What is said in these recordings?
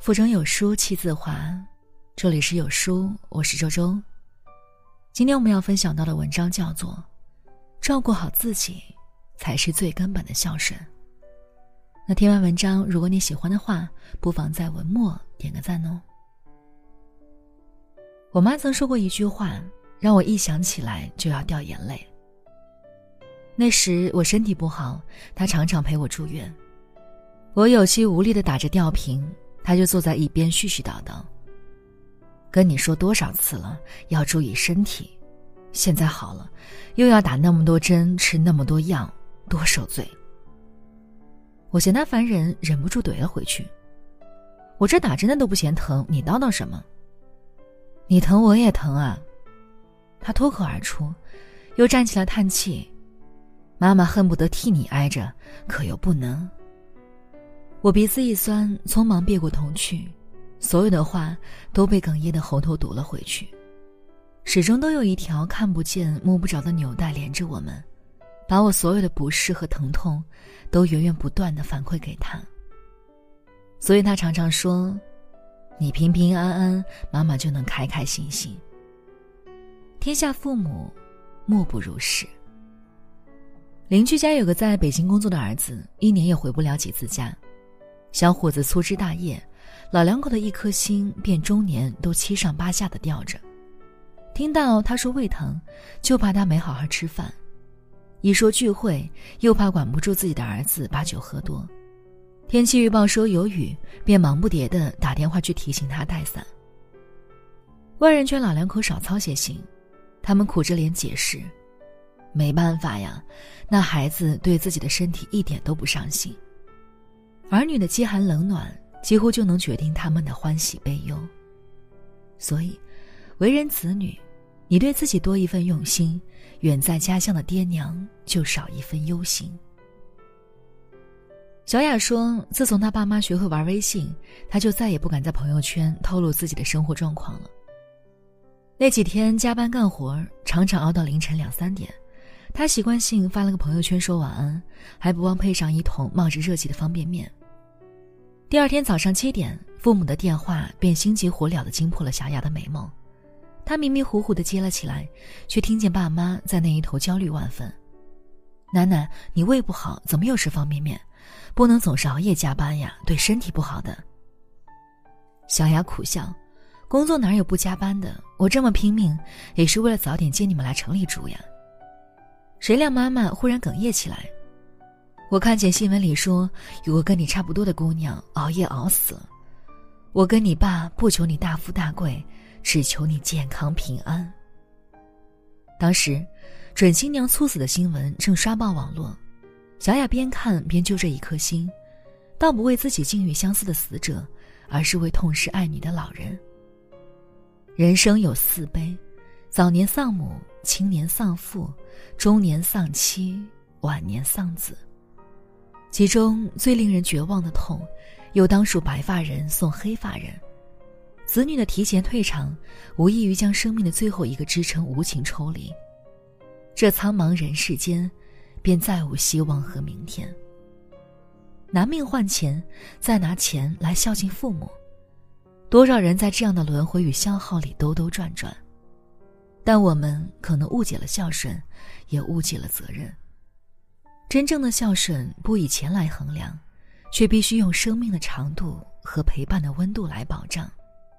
腹中有书气自华，这里是有书，我是周周。今天我们要分享到的文章叫做照顾好自己才是最根本的孝顺。那听完文章，如果你喜欢的话，不妨在文末点个赞哦。我妈曾说过一句话，让我一想起来就要掉眼泪。那时我身体不好，她常常陪我住院，我有气无力地打着吊瓶，她就坐在一边絮絮叨叨，跟你说多少次了，要注意身体，现在好了，又要打那么多针，吃那么多药，多受罪。我嫌她烦人，忍不住怼了回去，我这打针的都不嫌疼，你叨叨什么？你疼我也疼啊。她脱口而出，又站起来叹气，妈妈恨不得替你挨着，可又不能。我鼻子一酸，匆忙别过头去，所有的话都被哽咽的喉头堵了回去。始终都有一条看不见摸不着的纽带连着我们，把我所有的不适和疼痛都源源不断地反馈给他。所以他常常说，你平平安安，妈妈就能开开心心。天下父母莫不如是。邻居家有个在北京工作的儿子，一年也回不了几次家。小伙子粗枝大叶，老两口的一颗心便中年都七上八下的吊着。听到他说胃疼，就怕他没好好吃饭，一说聚会，又怕管不住自己的儿子把酒喝多。天气预报说有雨，便忙不迭地打电话去提醒他带伞。外人劝老两口少操些心，他们苦着脸解释，没办法呀，那孩子对自己的身体一点都不上心。儿女的饥寒冷暖几乎就能决定他们的欢喜悲忧。所以为人子女，你对自己多一份用心，远在家乡的爹娘就少一份忧心。小雅说，自从她爸妈学会玩微信，她就再也不敢在朋友圈透露自己的生活状况了。那几天加班干活，常常熬到凌晨2、3点，她习惯性发了个朋友圈说晚安，还不忘配上一桶冒着热气的方便面。第二天早上7点，父母的电话便心急火燎地惊破了小雅的美梦。她迷迷糊糊地接了起来，却听见爸妈在那一头焦虑万分。楠楠，你胃不好，怎么又吃方便面？不能总是熬夜加班呀，对身体不好的。小雅苦笑，工作哪有不加班的，我这么拼命也是为了早点接你们来城里住呀。谁料妈妈忽然哽咽起来，我看见新闻里说有个跟你差不多的姑娘熬夜熬死了，我跟你爸不求你大富大贵，只求你健康平安。当时准新娘猝死的新闻正刷爆网络，小雅边看边揪着一颗心，倒不为自己境遇相似的死者，而是为痛失爱女的老人。人生有4悲，早年丧母，青年丧父，中年丧妻，晚年丧子。其中最令人绝望的痛，又当属白发人送黑发人。子女的提前退场，无异于将生命的最后一个支撑无情抽离。这苍茫人世间，便再无希望和明天。拿命换钱，再拿钱来孝敬父母，多少人在这样的轮回与消耗里兜兜转转。但我们可能误解了孝顺，也误解了责任。真正的孝顺不以钱来衡量，却必须用生命的长度和陪伴的温度来保障。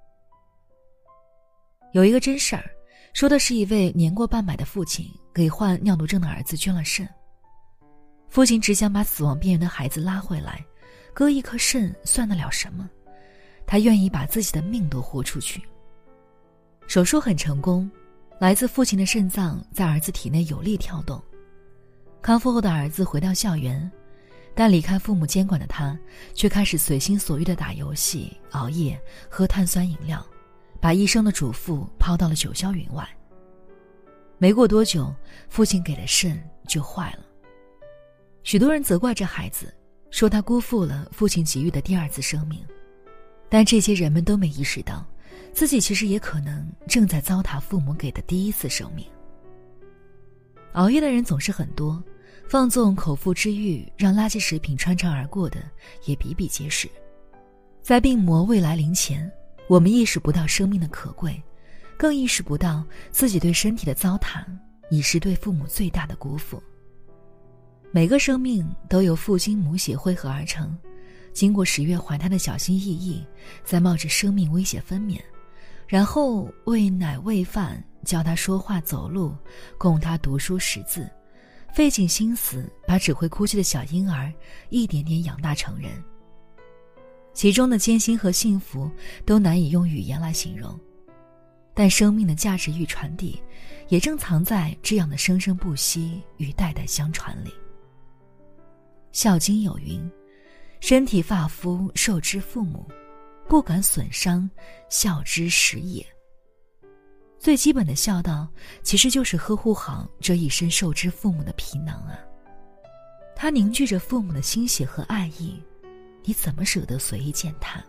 有一个真事儿，说的是一位年过半百的父亲给患尿毒症的儿子捐了肾。父亲只想把死亡边缘的孩子拉回来，割一颗肾算得了什么？他愿意把自己的命都豁出去。手术很成功，来自父亲的肾脏在儿子体内有力跳动。康复后的儿子回到校园，但离开父母监管的他，却开始随心所欲地打游戏、熬夜、喝碳酸饮料，把医生的嘱咐抛到了九霄云外。没过多久，父亲给的肾就坏了。许多人责怪这孩子，说他辜负了父亲给予的第2次生命。但这些人们都没意识到，自己其实也可能正在糟蹋父母给的第1次生命。熬夜的人总是很多，放纵口腹之欲让垃圾食品穿肠而过的也比比皆是。 在病魔未来临前，我们意识不到生命的可贵，更意识不到自己对身体的糟蹋已是对父母最大的辜负。每个生命都由父精母血汇合而成，经过10月怀胎的小心翼翼，再冒着生命危险分娩，然后喂奶喂饭，教他说话走路，供他读书识字，费尽心思把只会哭泣的小婴儿一点点养大成人。其中的艰辛和幸福都难以用语言来形容，但生命的价值与传递也正藏在这样的生生不息与代代相传里。孝经有云，身体发肤受之父母，不敢损伤，孝之始也。最基本的孝道其实就是呵护好这一身受之父母的皮囊啊，它凝聚着父母的心血和爱意，你怎么舍得随意践踏？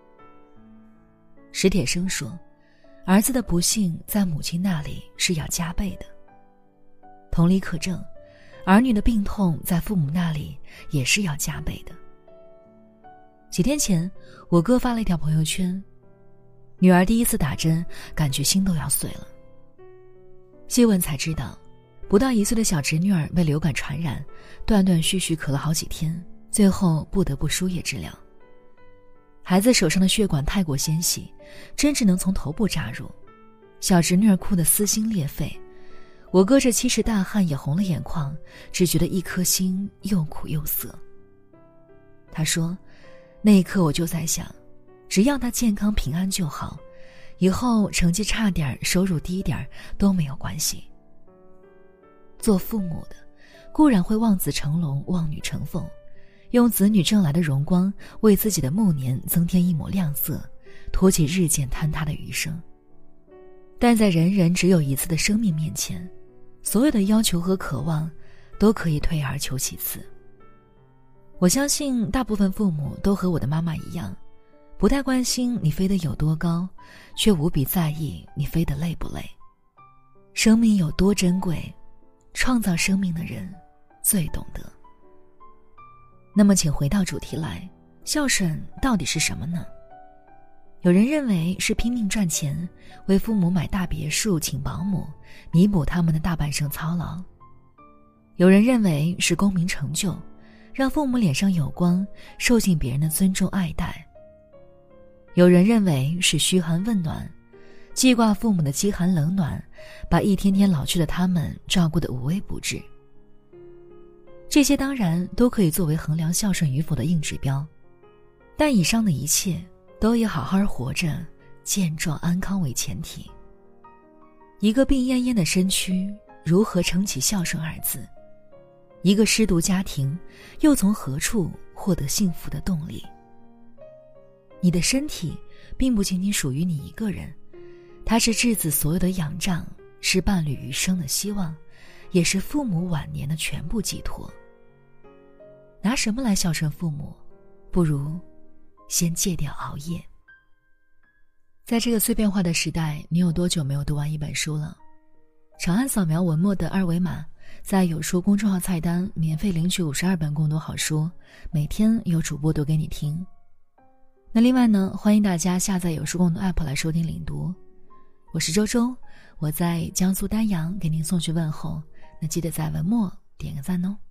史铁生说，儿子的不幸在母亲那里是要加倍的。同理可证，儿女的病痛在父母那里也是要加倍的。几天前，我哥发了一条朋友圈，女儿第一次打针，感觉心都要碎了。细问才知道，不到1岁的小侄女儿被流感传染，断断续续咳了好几天，最后不得不输液治疗。孩子手上的血管太过纤细，针只能从头部扎入，小侄女儿哭得撕心裂肺，我哥这7尺大汉也红了眼眶，只觉得一颗心又苦又涩。他说，那一刻我就在想，只要他健康平安就好，以后成绩差点收入低点都没有关系。做父母的固然会望子成龙望女成凤，用子女挣来的荣光为自己的暮年增添一抹亮色，托起日渐坍塌的余生。但在人人只有一次的生命面前，所有的要求和渴望都可以退而求其次。我相信大部分父母都和我的妈妈一样，不太关心你飞得有多高，却无比在意你飞得累不累。生命有多珍贵，创造生命的人最懂得。那么请回到主题来，孝顺到底是什么呢？有人认为是拼命赚钱，为父母买大别墅请保姆，弥补他们的大半生操劳。有人认为是功名成就，让父母脸上有光，受尽别人的尊重爱戴。有人认为是嘘寒问暖，记挂父母的饥寒冷暖，把一天天老去的他们照顾得无微不至。这些当然都可以作为衡量孝顺与否的硬指标，但以上的一切都以好好活着、健壮安康为前提。一个病恹恹的身躯如何撑起孝顺二字？一个失独家庭又从何处获得幸福的动力？你的身体并不仅仅属于你一个人，它是稚子所有的仰仗，是伴侣余生的希望，也是父母晚年的全部寄托。拿什么来孝顺父母？不如先戒掉熬夜。在这个碎片化的时代，你有多久没有读完一本书了？长按扫描文末的2维码，在有书公众号菜单免费领取52本共读好书，每天有主播读给你听。那另外呢，欢迎大家下载有书共读 app 来收听领读。我是周周，我在江苏丹阳给您送去问候，那记得在文末点个赞哦。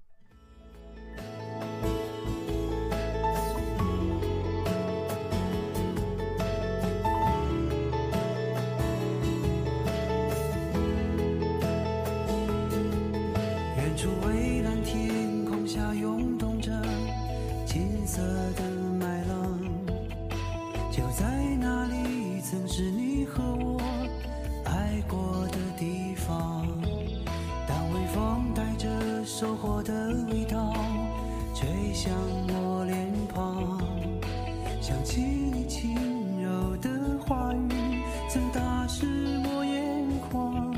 远处蔚蓝天空下涌动着金色的麦浪，就在那里曾是你和我爱过的地方。当微风带着收获的味道吹向我脸庞，想起你轻柔的话语曾打湿我眼眶。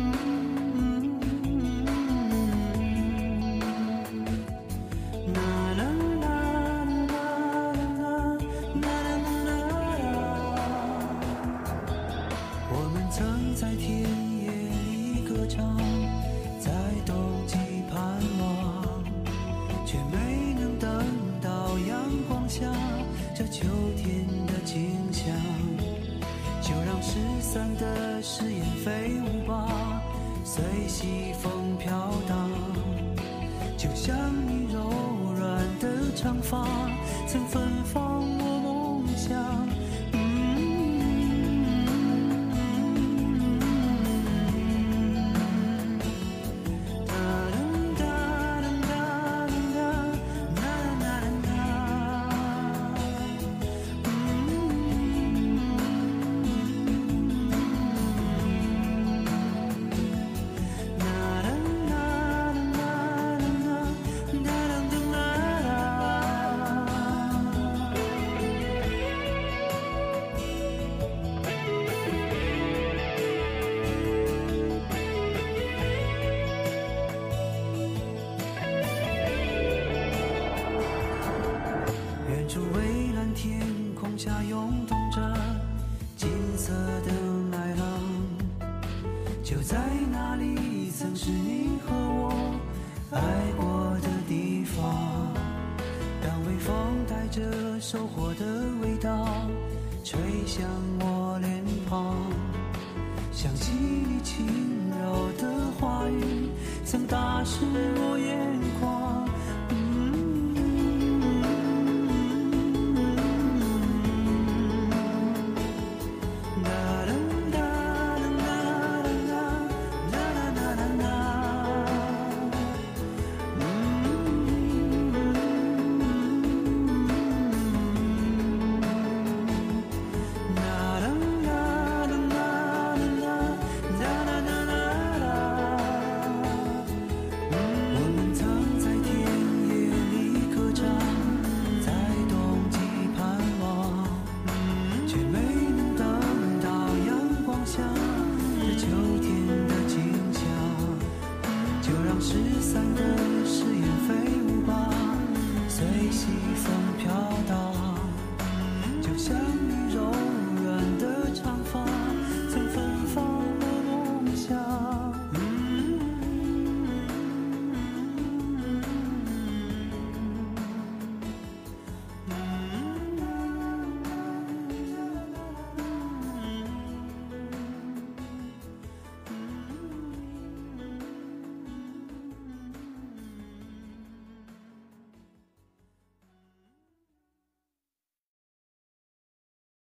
那下这秋天的景象，就让失散的誓言飞舞吧，随西风飘荡。就像你柔软的长发，曾芬芳我梦想。就在那里，曾是你和我爱过的地方。当微风带着收获的味道吹向我脸庞，想起你轻柔的话语，曾打湿我眼眶。